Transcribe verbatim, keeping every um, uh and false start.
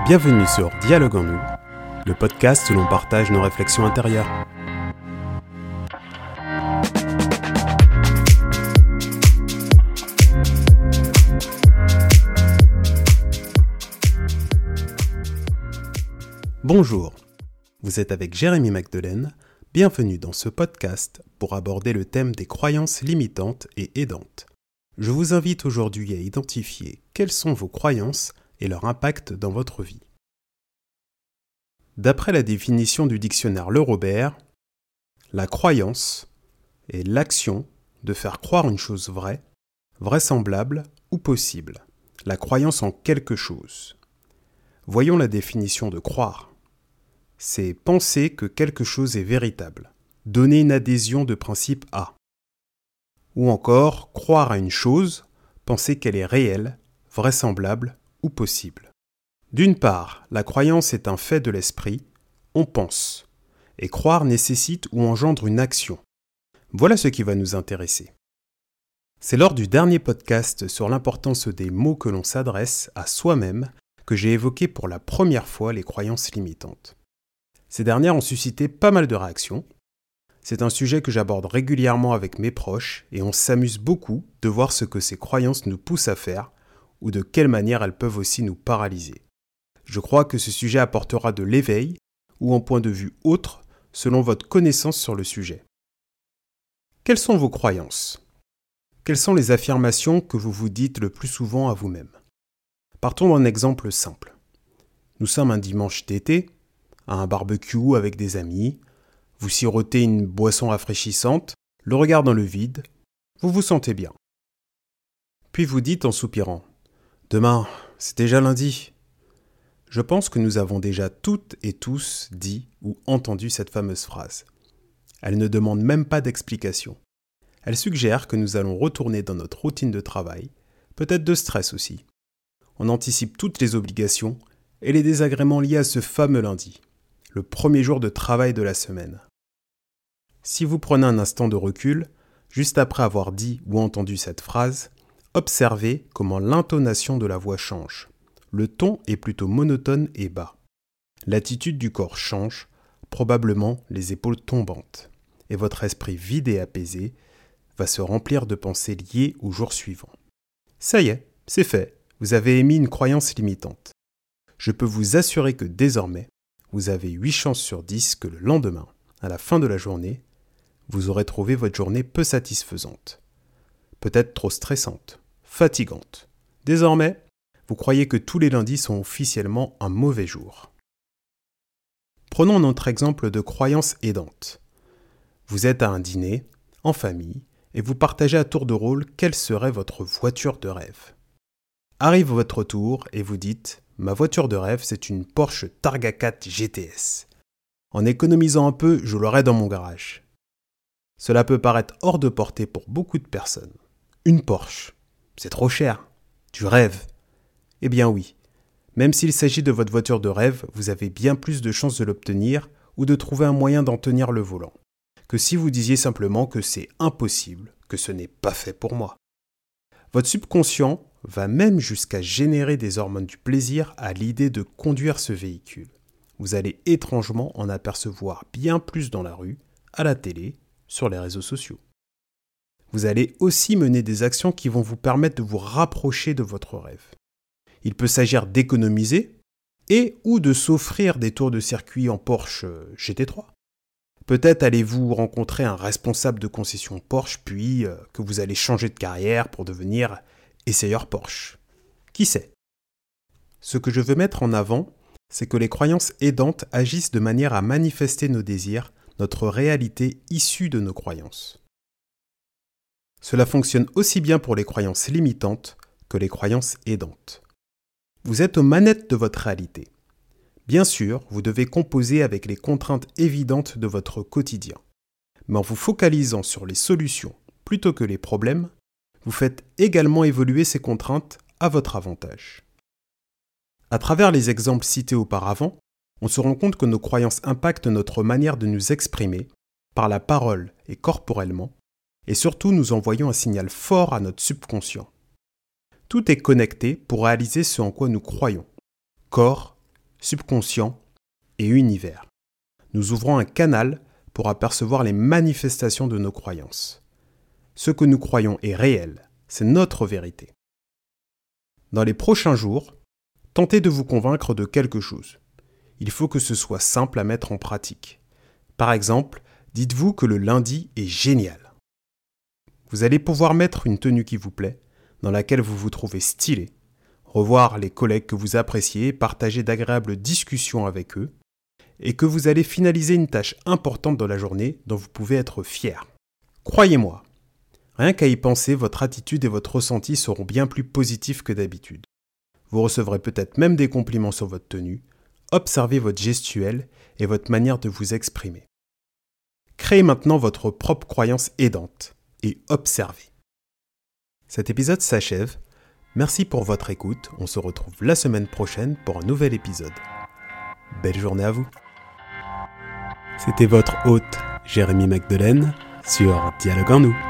Bienvenue sur Dialogue en nous, le podcast où l'on partage nos réflexions intérieures. Bonjour, vous êtes avec Jérémy Magdelaine, bienvenue dans ce podcast pour aborder le thème des croyances limitantes et aidantes. Je vous invite aujourd'hui à identifier quelles sont vos croyances et leur impact dans votre vie. D'après la définition du dictionnaire Le Robert, la croyance est l'action de faire croire une chose vraie, vraisemblable ou possible, la croyance en quelque chose. Voyons la définition de croire. C'est penser que quelque chose est véritable, donner une adhésion de principe à. Ou encore, croire à une chose, penser qu'elle est réelle, vraisemblable ou possible. D'une part, la croyance est un fait de l'esprit, on pense, et croire nécessite ou engendre une action. Voilà ce qui va nous intéresser. C'est lors du dernier podcast sur l'importance des mots que l'on s'adresse à soi-même que j'ai évoqué pour la première fois les croyances limitantes. Ces dernières ont suscité pas mal de réactions. C'est un sujet que j'aborde régulièrement avec mes proches et on s'amuse beaucoup de voir ce que ces croyances nous poussent à faire ou de quelle manière elles peuvent aussi nous paralyser. Je crois que ce sujet apportera de l'éveil ou un point de vue autre selon votre connaissance sur le sujet. Quelles sont vos croyances ? Quelles sont les affirmations que vous vous dites le plus souvent à vous-même ? Partons d'un exemple simple. Nous sommes un dimanche d'été, à un barbecue avec des amis, vous sirotez une boisson rafraîchissante, le regard dans le vide, vous vous sentez bien. Puis vous dites en soupirant « Demain, c'est déjà lundi ». Je pense que nous avons déjà toutes et tous dit ou entendu cette fameuse phrase. Elle ne demande même pas d'explication. Elle suggère que nous allons retourner dans notre routine de travail, peut-être de stress aussi. On anticipe toutes les obligations et les désagréments liés à ce fameux lundi, le premier jour de travail de la semaine. Si vous prenez un instant de recul, juste après avoir dit ou entendu cette phrase, observez comment l'intonation de la voix change. Le ton est plutôt monotone et bas. L'attitude du corps change, probablement les épaules tombantes. Et votre esprit vide et apaisé va se remplir de pensées liées au jour suivant. Ça y est, c'est fait, vous avez émis une croyance limitante. Je peux vous assurer que désormais, vous avez huit chances sur dix que le lendemain, à la fin de la journée, vous aurez trouvé votre journée peu satisfaisante. Peut-être trop stressante, fatigante. Désormais, vous croyez que tous les lundis sont officiellement un mauvais jour. Prenons notre exemple de croyance aidante. Vous êtes à un dîner, en famille, et vous partagez à tour de rôle quelle serait votre voiture de rêve. Arrive votre tour et vous dites « Ma voiture de rêve, c'est une Porsche Targa quatre G T S. En économisant un peu, je l'aurai dans mon garage. » Cela peut paraître hors de portée pour beaucoup de personnes. Une Porsche, c'est trop cher. Tu rêves. Eh bien oui, même s'il s'agit de votre voiture de rêve, vous avez bien plus de chances de l'obtenir ou de trouver un moyen d'en tenir le volant, que si vous disiez simplement que c'est impossible, que ce n'est pas fait pour moi. Votre subconscient va même jusqu'à générer des hormones du plaisir à l'idée de conduire ce véhicule. Vous allez étrangement en apercevoir bien plus dans la rue, à la télé, sur les réseaux sociaux. Vous allez aussi mener des actions qui vont vous permettre de vous rapprocher de votre rêve. Il peut s'agir d'économiser et ou de s'offrir des tours de circuit en Porsche G T trois. Peut-être allez-vous rencontrer un responsable de concession Porsche puis euh, que vous allez changer de carrière pour devenir essayeur Porsche. Qui sait ? Ce que je veux mettre en avant, c'est que les croyances aidantes agissent de manière à manifester nos désirs, notre réalité issue de nos croyances. Cela fonctionne aussi bien pour les croyances limitantes que les croyances aidantes. Vous êtes aux manettes de votre réalité. Bien sûr, vous devez composer avec les contraintes évidentes de votre quotidien. Mais en vous focalisant sur les solutions plutôt que les problèmes, vous faites également évoluer ces contraintes à votre avantage. À travers les exemples cités auparavant, on se rend compte que nos croyances impactent notre manière de nous exprimer, par la parole et corporellement, et surtout nous envoyons un signal fort à notre subconscient. Tout est connecté pour réaliser ce en quoi nous croyons. Corps, subconscient et univers. Nous ouvrons un canal pour apercevoir les manifestations de nos croyances. Ce que nous croyons est réel, c'est notre vérité. Dans les prochains jours, tentez de vous convaincre de quelque chose. Il faut que ce soit simple à mettre en pratique. Par exemple, dites-vous que le lundi est génial. Vous allez pouvoir mettre une tenue qui vous plaît, dans laquelle vous vous trouvez stylé, revoir les collègues que vous appréciez, partager d'agréables discussions avec eux, et que vous allez finaliser une tâche importante dans la journée dont vous pouvez être fier. Croyez-moi, rien qu'à y penser, votre attitude et votre ressenti seront bien plus positifs que d'habitude. Vous recevrez peut-être même des compliments sur votre tenue. Observez votre gestuelle et votre manière de vous exprimer. Créez maintenant votre propre croyance aidante et observez. Cet épisode s'achève. Merci pour votre écoute. On se retrouve la semaine prochaine pour un nouvel épisode. Belle journée à vous. C'était votre hôte Jérémy Magdelaine sur Dialogue en nous.